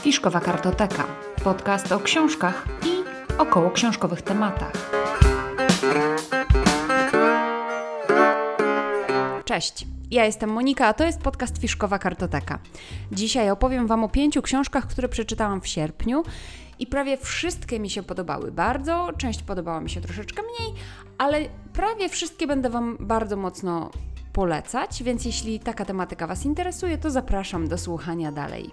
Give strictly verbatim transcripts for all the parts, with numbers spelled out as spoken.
Fiszkowa Kartoteka. Podcast o książkach i około książkowych tematach. Cześć, ja jestem Monika, a to jest podcast Fiszkowa Kartoteka. Dzisiaj opowiem Wam o pięciu książkach, które przeczytałam w sierpniu i prawie wszystkie mi się podobały bardzo, część podobała mi się troszeczkę mniej, ale prawie wszystkie będę Wam bardzo mocno polecać, więc jeśli taka tematyka Was interesuje, to zapraszam do słuchania dalej.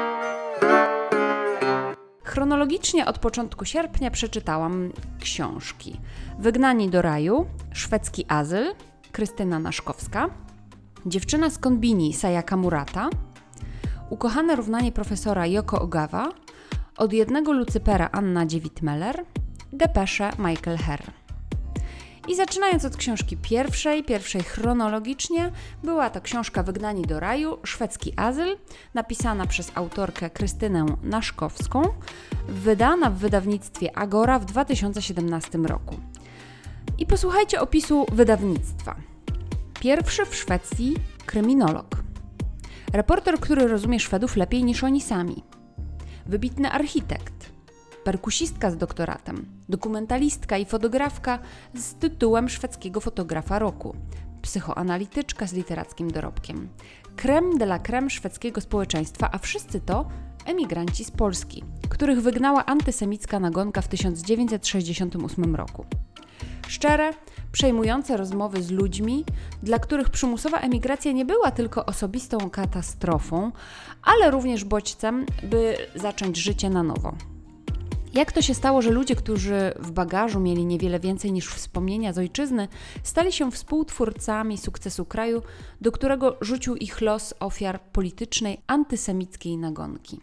Chronologicznie od początku sierpnia przeczytałam książki Wygnani do raju, Szwedzki azyl, Krystyna Naszkowska, Dziewczyna z Konbini, Sayaka Murata, Ukochane równanie profesora Yoko Ogawa, Od jednego Lucypera Anna Dziewit-Meller, Depesze Michael Herr. I zaczynając od książki pierwszej, pierwszej chronologicznie, była to książka Wygnani do raju, Szwedzki azyl, napisana przez autorkę Krystynę Naszkowską, wydana w wydawnictwie Agora w dwa tysiące siedemnastym roku. I posłuchajcie opisu wydawnictwa. Pierwszy w Szwecji kryminolog. Reporter, który rozumie Szwedów lepiej niż oni sami. Wybitny architekt. Perkusistka z doktoratem, dokumentalistka i fotografka z tytułem szwedzkiego fotografa roku, psychoanalityczka z literackim dorobkiem, crème de la crème szwedzkiego społeczeństwa, a wszyscy to emigranci z Polski, których wygnała antysemicka nagonka w tysiąc dziewięćset sześćdziesiątym ósmym roku. Szczere, przejmujące rozmowy z ludźmi, dla których przymusowa emigracja nie była tylko osobistą katastrofą, ale również bodźcem, by zacząć życie na nowo. Jak to się stało, że ludzie, którzy w bagażu mieli niewiele więcej niż wspomnienia z ojczyzny, stali się współtwórcami sukcesu kraju, do którego rzucił ich los ofiar politycznej, antysemickiej nagonki?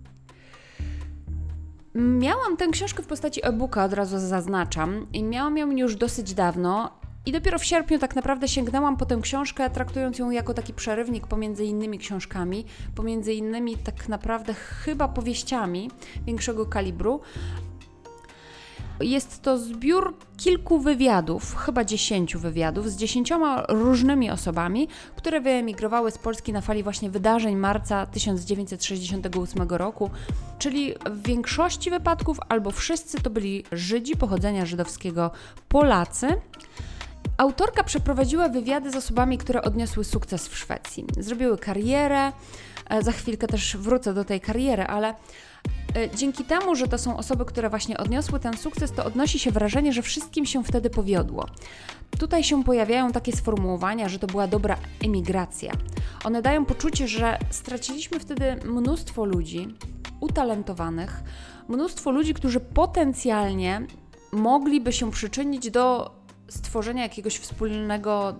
Miałam tę książkę w postaci e-booka, od razu zaznaczam, i miałam ją już dosyć dawno i dopiero w sierpniu tak naprawdę sięgnęłam po tę książkę, traktując ją jako taki przerywnik pomiędzy innymi książkami, pomiędzy innymi tak naprawdę chyba powieściami większego kalibru. Jest to zbiór kilku wywiadów, chyba dziesięciu wywiadów, z dziesięcioma różnymi osobami, które wyemigrowały z Polski na fali właśnie wydarzeń marca tysiąc dziewięćset sześćdziesiątego ósmego roku, czyli w większości wypadków albo wszyscy to byli Żydzi pochodzenia żydowskiego, Polacy. Autorka przeprowadziła wywiady z osobami, które odniosły sukces w Szwecji. Zrobiły karierę, za chwilkę też wrócę do tej kariery, ale dzięki temu, że to są osoby, które właśnie odniosły ten sukces, to odnosi się wrażenie, że wszystkim się wtedy powiodło. Tutaj się pojawiają takie sformułowania, że to była dobra emigracja. One dają poczucie, że straciliśmy wtedy mnóstwo ludzi utalentowanych, mnóstwo ludzi, którzy potencjalnie mogliby się przyczynić do stworzenia jakiegoś wspólnego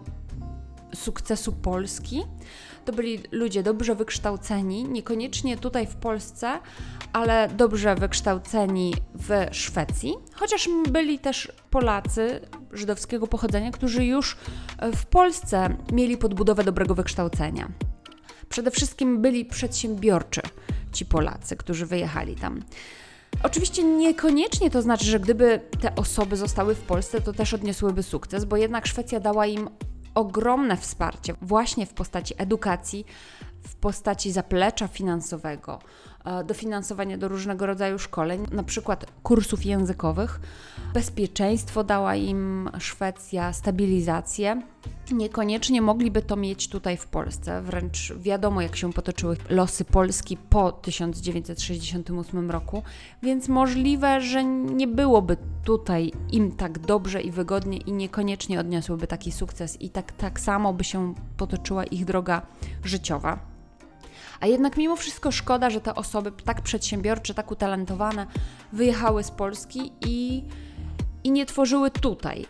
sukcesu Polski. To byli ludzie dobrze wykształceni, niekoniecznie tutaj w Polsce, ale dobrze wykształceni w Szwecji, chociaż byli też Polacy żydowskiego pochodzenia, którzy już w Polsce mieli podbudowę dobrego wykształcenia. Przede wszystkim byli przedsiębiorczy ci Polacy, którzy wyjechali tam. Oczywiście niekoniecznie to znaczy, że gdyby te osoby zostały w Polsce, to też odniosłyby sukces, bo jednak Szwecja dała im ogromne wsparcie właśnie w postaci edukacji, w postaci zaplecza finansowego, dofinansowania do różnego rodzaju szkoleń, na przykład kursów językowych. Bezpieczeństwo dała im Szwecja, stabilizację. Niekoniecznie mogliby to mieć tutaj w Polsce, wręcz wiadomo, jak się potoczyły losy Polski po tysiąc dziewięćset sześćdziesiątym ósmym roku, więc możliwe, że nie byłoby tutaj im tak dobrze i wygodnie i niekoniecznie odniosłyby taki sukces i tak, tak samo by się potoczyła ich droga życiowa. A jednak mimo wszystko szkoda, że te osoby tak przedsiębiorcze, tak utalentowane wyjechały z Polski i, i nie tworzyły tutaj.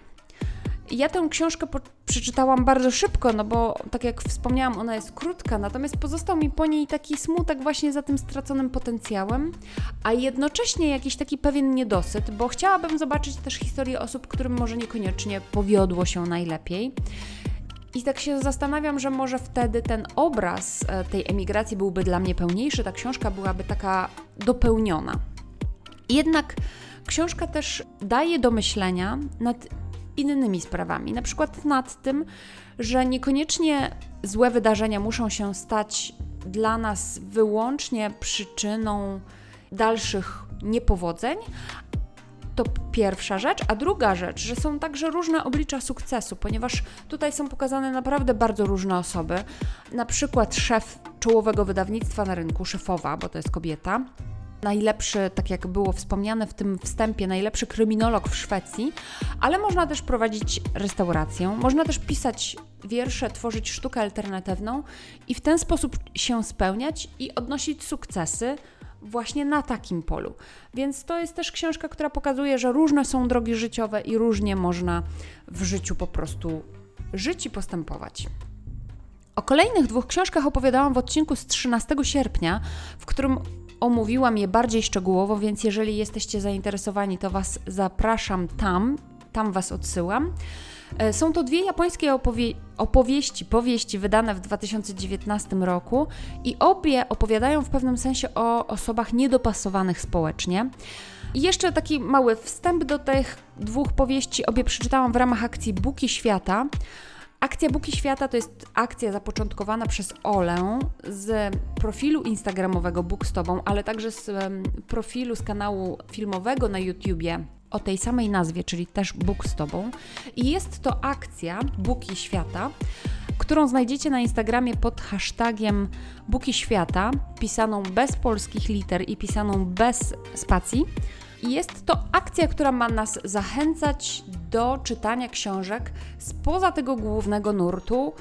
Ja tę książkę po- przeczytałam bardzo szybko, no bo tak jak wspomniałam, ona jest krótka, natomiast pozostał mi po niej taki smutek właśnie za tym straconym potencjałem, a jednocześnie jakiś taki pewien niedosyt, bo chciałabym zobaczyć też historię osób, którym może niekoniecznie powiodło się najlepiej. I tak się zastanawiam, że może wtedy ten obraz tej emigracji byłby dla mnie pełniejszy, ta książka byłaby taka dopełniona. Jednak książka też daje do myślenia nad innymi sprawami, na przykład nad tym, że niekoniecznie złe wydarzenia muszą się stać dla nas wyłącznie przyczyną dalszych niepowodzeń. To pierwsza rzecz, a druga rzecz, że są także różne oblicza sukcesu, ponieważ tutaj są pokazane naprawdę bardzo różne osoby. Na przykład szef czołowego wydawnictwa na rynku, szefowa, bo to jest kobieta. Najlepszy, tak jak było wspomniane w tym wstępie, najlepszy kryminolog w Szwecji, ale można też prowadzić restaurację, można też pisać wiersze, tworzyć sztukę alternatywną i w ten sposób się spełniać i odnosić sukcesy właśnie na takim polu. Więc to jest też książka, która pokazuje, że różne są drogi życiowe i różnie można w życiu po prostu żyć i postępować. O kolejnych dwóch książkach opowiadałam w odcinku z trzynastego sierpnia, w którym omówiłam je bardziej szczegółowo, więc jeżeli jesteście zainteresowani, to Was zapraszam tam, tam Was odsyłam. Są to dwie japońskie opowie- opowieści, powieści wydane w dwa tysiące dziewiętnastym roku i obie opowiadają w pewnym sensie o osobach niedopasowanych społecznie. I jeszcze taki mały wstęp do tych dwóch powieści. Obie przeczytałam w ramach akcji Buki Świata. Akcja Buki Świata to jest akcja zapoczątkowana przez Olę z profilu instagramowego Bóg z Tobą, ale także z profilu z kanału filmowego na YouTubie o tej samej nazwie, czyli też Bóg z Tobą. I jest to akcja Buki Świata, którą znajdziecie na Instagramie pod hashtagiem Buki Świata, pisaną bez polskich liter i pisaną bez spacji. I jest to akcja, która ma nas zachęcać do czytania książek spoza tego głównego nurtu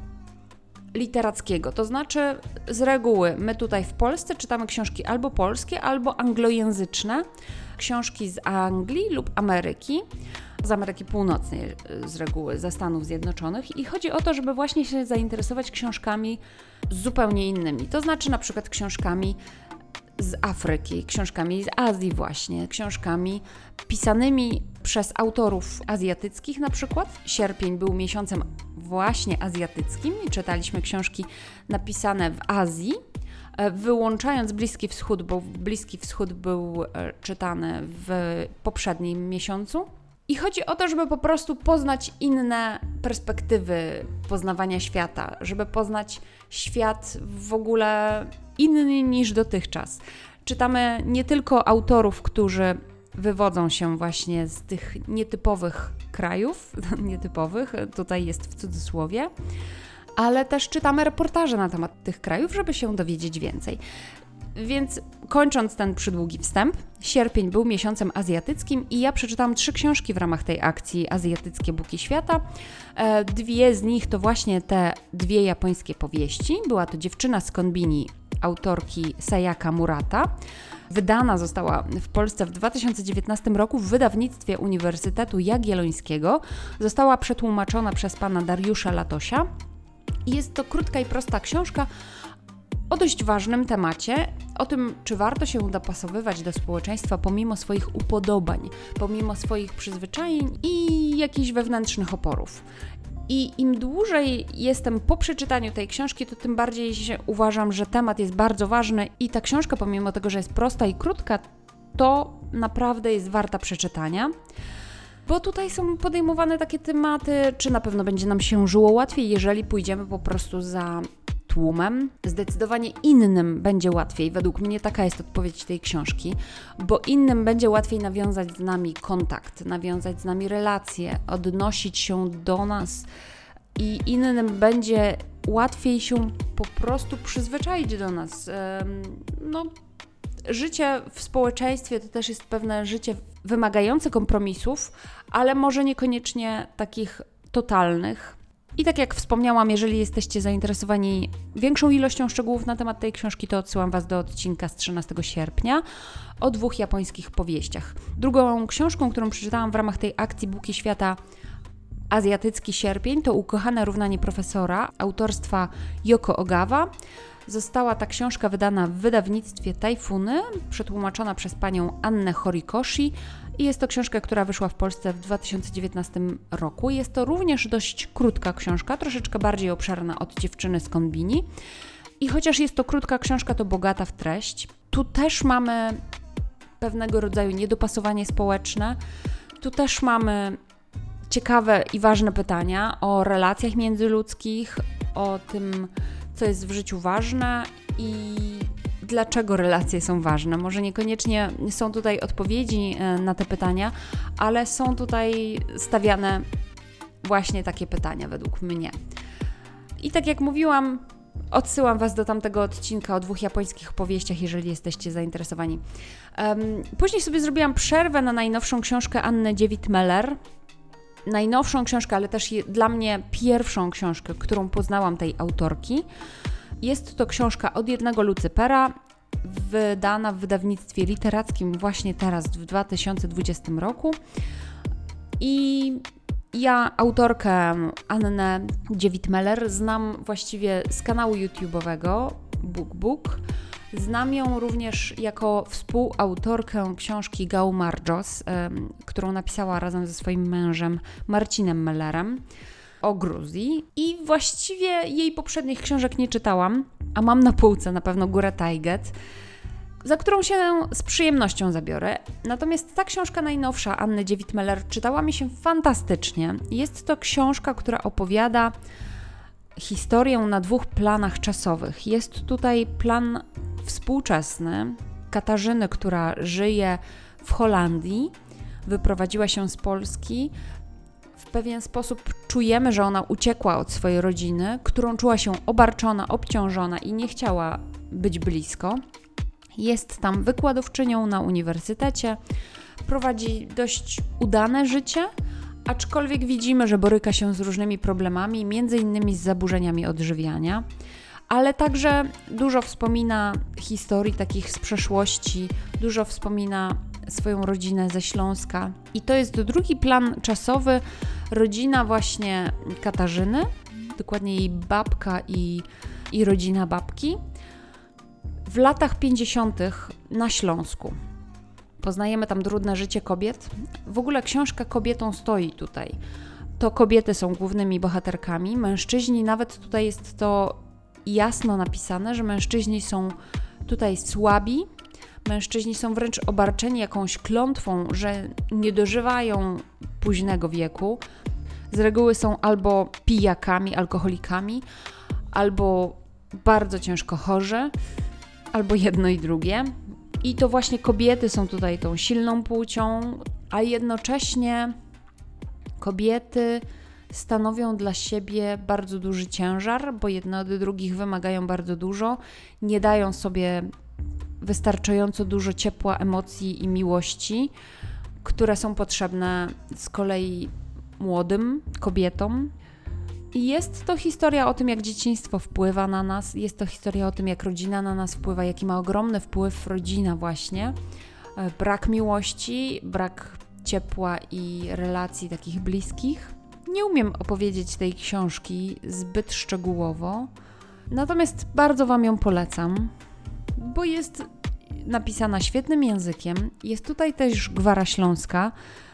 literackiego. To znaczy, z reguły my tutaj w Polsce czytamy książki albo polskie, albo anglojęzyczne, książki z Anglii lub Ameryki, z Ameryki Północnej z reguły, ze Stanów Zjednoczonych i chodzi o to, żeby właśnie się zainteresować książkami zupełnie innymi. To znaczy na przykład książkami z Afryki, książkami z Azji właśnie, książkami pisanymi przez autorów azjatyckich na przykład. Sierpień był miesiącem właśnie azjatyckim i czytaliśmy książki napisane w Azji, wyłączając Bliski Wschód, bo Bliski Wschód był czytany w poprzednim miesiącu. I chodzi o to, żeby po prostu poznać inne perspektywy poznawania świata, żeby poznać świat w ogóle inny niż dotychczas. Czytamy nie tylko autorów, którzy wywodzą się właśnie z tych nietypowych krajów, nietypowych, tutaj jest w cudzysłowie, ale też czytamy reportaże na temat tych krajów, żeby się dowiedzieć więcej. Więc kończąc ten przydługi wstęp, sierpień był miesiącem azjatyckim i ja przeczytałam trzy książki w ramach tej akcji Azjatyckie Buki Świata. Dwie z nich to właśnie te dwie japońskie powieści. Była to Dziewczyna z Konbini autorki Sayaka Murata. Wydana została w Polsce w dwa tysiące dziewiętnastym roku w wydawnictwie Uniwersytetu Jagiellońskiego. Została przetłumaczona przez pana Dariusza Latosia. I jest to krótka i prosta książka o dość ważnym temacie, o tym, czy warto się dopasowywać do społeczeństwa pomimo swoich upodobań, pomimo swoich przyzwyczajeń i jakichś wewnętrznych oporów. I im dłużej jestem po przeczytaniu tej książki, to tym bardziej uważam, że temat jest bardzo ważny i ta książka, pomimo tego, że jest prosta i krótka, to naprawdę jest warta przeczytania. Bo tutaj są podejmowane takie tematy, czy na pewno będzie nam się żyło łatwiej, jeżeli pójdziemy po prostu za tłumem. Zdecydowanie innym będzie łatwiej, według mnie taka jest odpowiedź tej książki, bo innym będzie łatwiej nawiązać z nami kontakt, nawiązać z nami relacje, odnosić się do nas i innym będzie łatwiej się po prostu przyzwyczaić do nas. No, życie w społeczeństwie to też jest pewne życie wymagające kompromisów, ale może niekoniecznie takich totalnych. I tak jak wspomniałam, jeżeli jesteście zainteresowani większą ilością szczegółów na temat tej książki, to odsyłam Was do odcinka z trzynastego sierpnia o dwóch japońskich powieściach. Drugą książką, którą przeczytałam w ramach tej akcji Buki Świata Azjatycki Sierpień, to Ukochane równanie profesora autorstwa Yoko Ogawa. Została ta książka wydana w wydawnictwie Tajfuny, przetłumaczona przez panią Annę Horikoshi i jest to książka, która wyszła w Polsce w dwa tysiące dziewiętnastym roku. Jest to również dość krótka książka, troszeczkę bardziej obszerna od Dziewczyny z Konbini. I chociaż jest to krótka książka, to bogata w treść. Tu też mamy pewnego rodzaju niedopasowanie społeczne. Tu też mamy ciekawe i ważne pytania o relacjach międzyludzkich, o tym, co jest w życiu ważne i dlaczego relacje są ważne. Może niekoniecznie są tutaj odpowiedzi na te pytania, ale są tutaj stawiane właśnie takie pytania według mnie. I tak jak mówiłam, odsyłam Was do tamtego odcinka o dwóch japońskich powieściach, jeżeli jesteście zainteresowani. Um, później sobie zrobiłam przerwę na najnowszą książkę Anny Dziewit-Meller. Najnowszą książkę, ale też je, dla mnie pierwszą książkę, którą poznałam tej autorki. Jest to książka Od jednego Lucypera, wydana w wydawnictwie literackim właśnie teraz, w dwa tysiące dwudziestym roku. I ja autorkę Annę Dziewit-Meller znam właściwie z kanału YouTube'owego BookBook. Znam ją również jako współautorkę książki Gaumarjos, um, którą napisała razem ze swoim mężem Marcinem Mellerem o Gruzji. I właściwie jej poprzednich książek nie czytałam, a mam na półce na pewno Górę Tajget, za którą się z przyjemnością zabiorę. Natomiast ta książka najnowsza Anny Dziewit-Meller czytała mi się fantastycznie. Jest to książka, która opowiada historię na dwóch planach czasowych. Jest tutaj plan współczesny Katarzyny, która żyje w Holandii, wyprowadziła się z Polski. W pewien sposób czujemy, że ona uciekła od swojej rodziny, którą czuła się obarczona, obciążona i nie chciała być blisko. Jest tam wykładowczynią na uniwersytecie, prowadzi dość udane życie, aczkolwiek widzimy, że boryka się z różnymi problemami, między innymi z zaburzeniami odżywiania, ale także dużo wspomina historii takich z przeszłości, dużo wspomina swoją rodzinę ze Śląska. I to jest drugi plan czasowy, rodzina właśnie Katarzyny, dokładnie jej babka i, i rodzina babki, w latach pięćdziesiątych na Śląsku. Poznajemy tam trudne życie kobiet. W ogóle książka kobietą stoi tutaj. To kobiety są głównymi bohaterkami. Mężczyźni, nawet tutaj jest to jasno napisane, że mężczyźni są tutaj słabi. Mężczyźni są wręcz obarczeni jakąś klątwą, że nie dożywają późnego wieku. Z reguły są albo pijakami, alkoholikami, albo bardzo ciężko chorzy, albo jedno i drugie. I to właśnie kobiety są tutaj tą silną płcią, a jednocześnie kobiety stanowią dla siebie bardzo duży ciężar, bo jedne od drugich wymagają bardzo dużo, nie dają sobie wystarczająco dużo ciepła, emocji i miłości, które są potrzebne z kolei młodym kobietom. I jest to historia o tym, jak dzieciństwo wpływa na nas, jest to historia o tym, jak rodzina na nas wpływa, jaki ma ogromny wpływ rodzina właśnie. Brak miłości, brak ciepła i relacji takich bliskich. Nie umiem opowiedzieć tej książki zbyt szczegółowo, natomiast bardzo Wam ją polecam, bo jest napisana świetnym językiem. Jest tutaj też gwara śląska,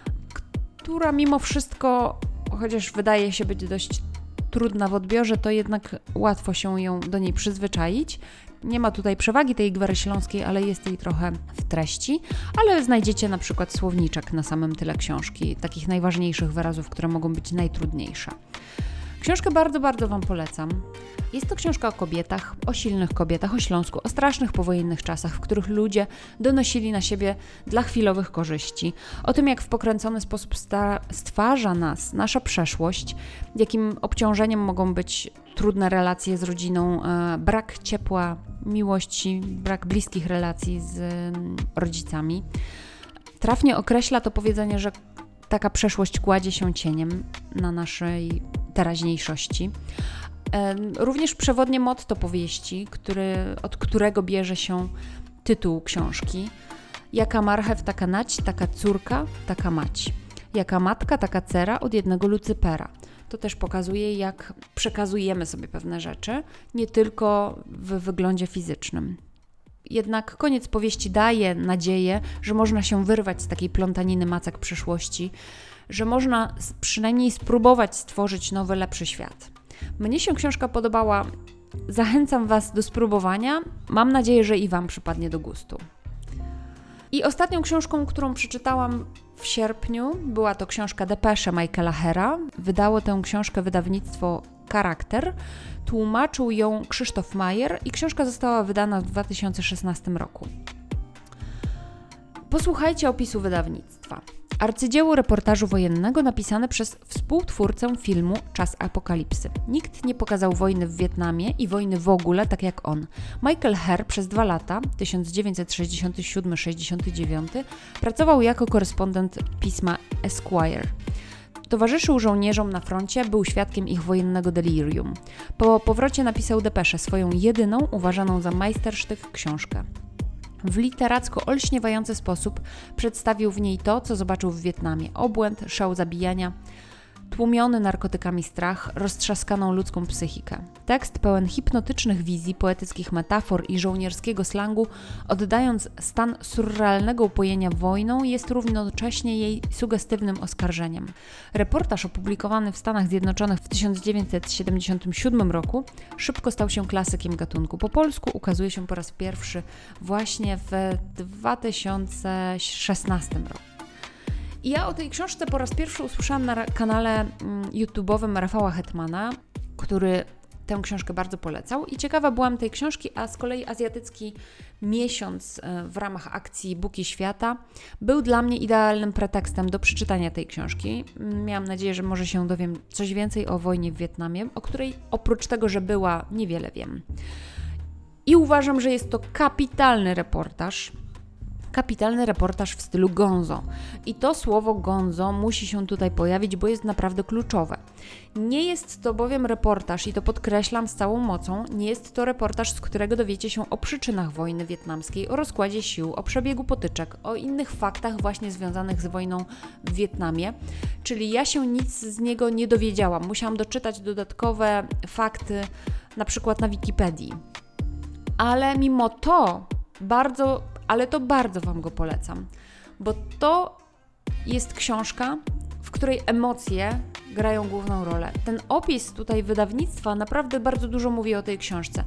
która mimo wszystko, chociaż wydaje się być dość trudna w odbiorze, to jednak łatwo się ją do niej przyzwyczaić. Nie ma tutaj przewagi tej gwary śląskiej, ale jest jej trochę w treści, ale znajdziecie na przykład słowniczek na samym tyle książki, takich najważniejszych wyrazów, które mogą być najtrudniejsze. Książkę bardzo, bardzo Wam polecam. Jest to książka o kobietach, o silnych kobietach, o Śląsku, o strasznych powojennych czasach, w których ludzie donosili na siebie dla chwilowych korzyści, o tym, jak w pokręcony sposób sta- stwarza nas nasza przeszłość, jakim obciążeniem mogą być trudne relacje z rodziną, e, brak ciepła, miłości, brak bliskich relacji z e, rodzicami. Trafnie określa to powiedzenie, że taka przeszłość kładzie się cieniem na naszej teraźniejszości. Również przewodnie motto powieści, który, od którego bierze się tytuł książki. Jaka marchew, taka nać, taka córka, taka mać. Jaka matka, taka cera od jednego Lucypera. To też pokazuje, jak przekazujemy sobie pewne rzeczy, nie tylko w wyglądzie fizycznym. Jednak koniec powieści daje nadzieję, że można się wyrwać z takiej plątaniny macek przeszłości, że można przynajmniej spróbować stworzyć nowy, lepszy świat. Mnie się książka podobała, zachęcam Was do spróbowania, mam nadzieję, że i Wam przypadnie do gustu. I ostatnią książką, którą przeczytałam w sierpniu, była to książka Depesze Michaela Hera. Wydało tę książkę wydawnictwo Charakter. Tłumaczył ją Krzysztof Majer i książka została wydana w dwa tysiące szesnastym roku. Posłuchajcie opisu wydawnictwa. Arcydzieło reportażu wojennego napisane przez współtwórcę filmu Czas apokalipsy. Nikt nie pokazał wojny w Wietnamie i wojny w ogóle tak jak on. Michael Herr przez dwa lata, tysiąc dziewięćset sześćdziesiąty siódmy do sześćdziesiątego dziewiątego, pracował jako korespondent pisma Esquire. Towarzyszył żołnierzom na froncie, był świadkiem ich wojennego delirium. Po powrocie napisał depeszę, swoją jedyną, uważaną za majstersztyk książkę. W literacko olśniewający sposób przedstawił w niej to, co zobaczył w Wietnamie. Obłęd, szał zabijania, tłumiony narkotykami strach, roztrzaskaną ludzką psychikę. Tekst pełen hipnotycznych wizji, poetyckich metafor i żołnierskiego slangu, oddając stan surrealnego upojenia wojną, jest równocześnie jej sugestywnym oskarżeniem. Reportaż opublikowany w Stanach Zjednoczonych w tysiąc dziewięćset siedemdziesiątym siódmym roku szybko stał się klasykiem gatunku. Po polsku ukazuje się po raz pierwszy właśnie w dwa tysiące szesnastym roku. I ja o tej książce po raz pierwszy usłyszałam na kanale YouTube'owym Rafała Hetmana, który tę książkę bardzo polecał i ciekawa byłam tej książki, a z kolei Azjatycki Miesiąc w ramach akcji Buki Świata był dla mnie idealnym pretekstem do przeczytania tej książki. Miałam nadzieję, że może się dowiem coś więcej o wojnie w Wietnamie, o której oprócz tego, że była, niewiele wiem. I uważam, że jest to kapitalny reportaż, Kapitalny reportaż w stylu gonzo. I to słowo gonzo musi się tutaj pojawić, bo jest naprawdę kluczowe. Nie jest to bowiem reportaż, i to podkreślam z całą mocą, nie jest to reportaż, z którego dowiecie się o przyczynach wojny wietnamskiej, o rozkładzie sił, o przebiegu potyczek, o innych faktach właśnie związanych z wojną w Wietnamie. Czyli ja się nic z niego nie dowiedziałam. Musiałam doczytać dodatkowe fakty, na przykład na Wikipedii. Ale mimo to bardzo... Ale to bardzo Wam go polecam, bo to jest książka, w której emocje grają główną rolę. Ten opis tutaj wydawnictwa naprawdę bardzo dużo mówi o tej książce.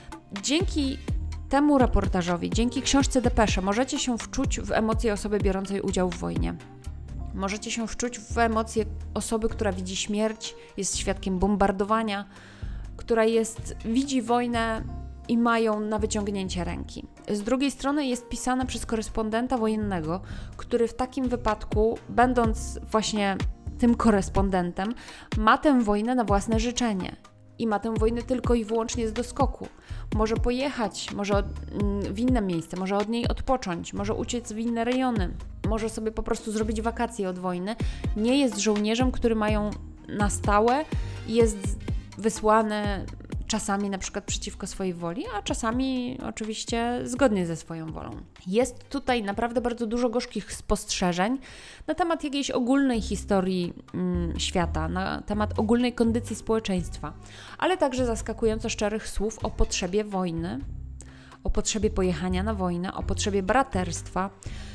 Dzięki temu reportażowi, dzięki książce Depesze możecie się wczuć w emocje osoby biorącej udział w wojnie. Możecie się wczuć w emocje osoby, która widzi śmierć, jest świadkiem bombardowania, która jest, widzi wojnę i mają na wyciągnięcie ręki. Z drugiej strony jest pisane przez korespondenta wojennego, który w takim wypadku, będąc właśnie tym korespondentem, ma tę wojnę na własne życzenie i ma tę wojnę tylko i wyłącznie z doskoku. Może pojechać, może w inne miejsce, może od niej odpocząć, może uciec w inne rejony, może sobie po prostu zrobić wakacje od wojny. Nie jest żołnierzem, który mają na stałe, jest wysłany czasami na przykład przeciwko swojej woli, a czasami oczywiście zgodnie ze swoją wolą. Jest tutaj naprawdę bardzo dużo gorzkich spostrzeżeń na temat jakiejś ogólnej historii mm, świata, na temat ogólnej kondycji społeczeństwa, ale także zaskakująco szczerych słów o potrzebie wojny, o potrzebie pojechania na wojnę, o potrzebie braterstwa,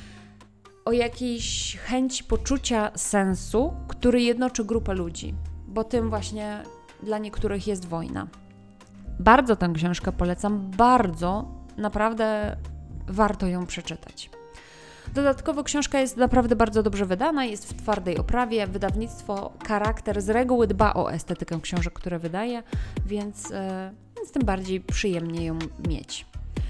o jakiejś chęci poczucia sensu, który jednoczy grupę ludzi, bo tym właśnie dla niektórych jest wojna. Bardzo tę książkę polecam, bardzo, naprawdę warto ją przeczytać. Dodatkowo książka jest naprawdę bardzo dobrze wydana, jest w twardej oprawie, wydawnictwo Charakter z reguły dba o estetykę książek, które wydaje, więc, yy, więc tym bardziej przyjemnie ją mieć.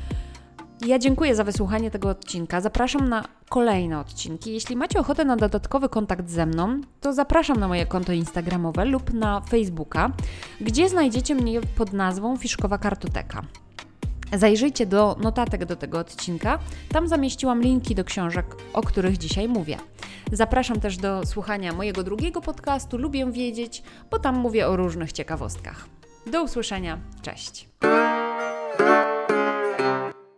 Ja dziękuję za wysłuchanie tego odcinka, zapraszam na kolejne odcinki. Jeśli macie ochotę na dodatkowy kontakt ze mną, to zapraszam na moje konto instagramowe lub na Facebooka, gdzie znajdziecie mnie pod nazwą Fiszkowa Kartoteka. Zajrzyjcie do notatek do tego odcinka, tam zamieściłam linki do książek, o których dzisiaj mówię. Zapraszam też do słuchania mojego drugiego podcastu Lubię Wiedzieć, bo tam mówię o różnych ciekawostkach. Do usłyszenia, cześć!